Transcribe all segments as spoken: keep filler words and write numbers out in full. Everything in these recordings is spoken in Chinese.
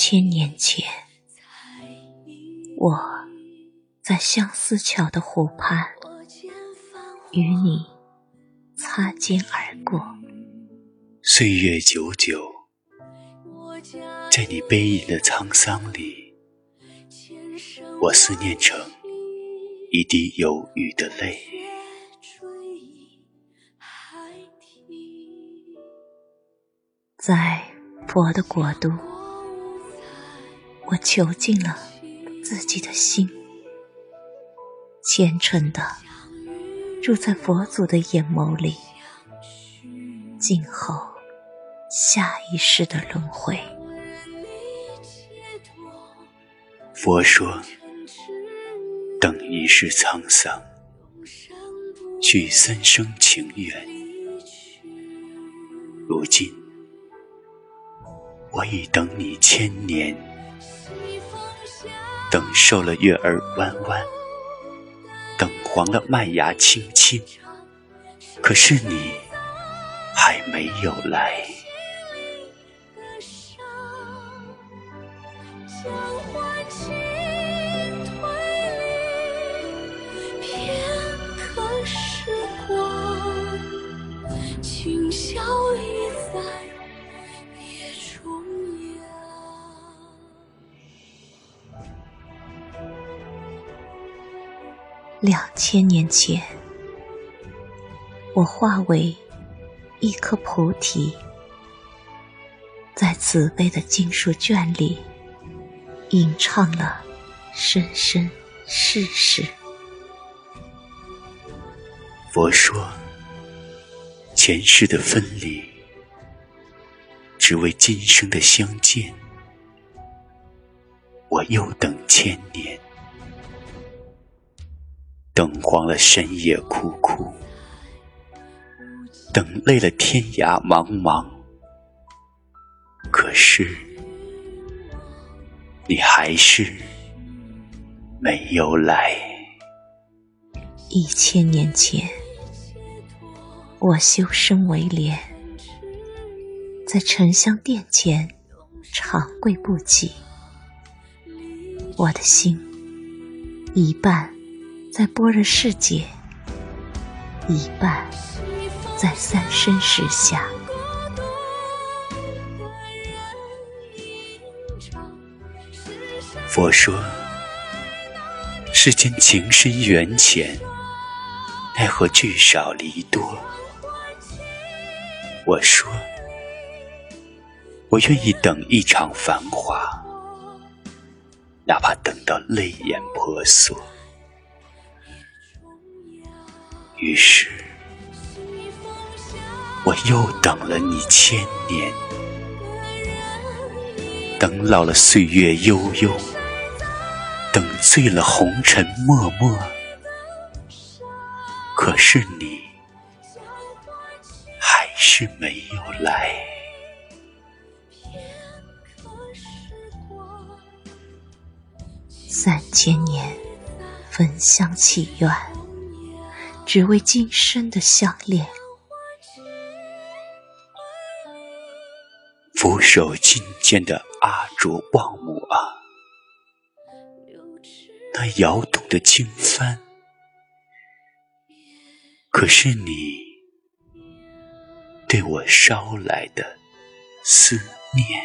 千年前，我在相思桥的湖畔与你擦肩而过。 岁月久久，在你悲吟的沧桑里，我思念成一滴忧郁的泪。 在佛的国度，我囚禁了自己的心，虔诚地住在佛祖的眼眸里，静候下一世的轮回。 佛说，等一世沧桑，续三生情缘。如今我已等你千年，等瘦了月儿弯弯，等黄了麦芽青青，可是你还没有来。 今宵已在夜中央。 两千年前，我化为一颗菩提，在慈悲的经书卷里吟唱了生生世世。 佛说，前世的分离，只为今生的相见。我又等千年，等黄了深夜枯枯，等累了天涯茫茫，可是你还是没有来。 一千年前，我修身为莲，在沉香殿前长跪不起。我的心一半在般若世界，一半在三生石下。 佛说，世间情深缘浅，奈何聚少离多。我说，我愿意等一场繁华，哪怕等到泪眼婆娑。于是我又等了你千年，等老了岁月悠悠，等醉了红尘脉脉，可是你还是没有来。 三千年焚香祈愿，只为今生的相恋。 俯首金间的阿卓望母啊，那摇动的经幡，可是你对我捎来的思念。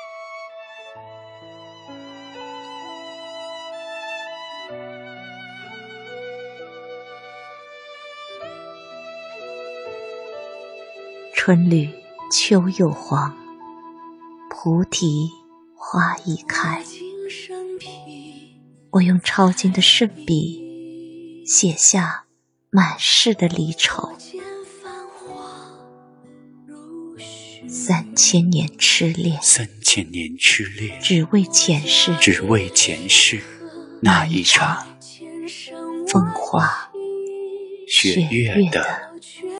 春绿秋又黄，菩提花已开。我用抄经的圣笔写下满世的离愁。三千年痴恋， 三千年痴恋， 只为前世， 只为前世那一场风花雪月的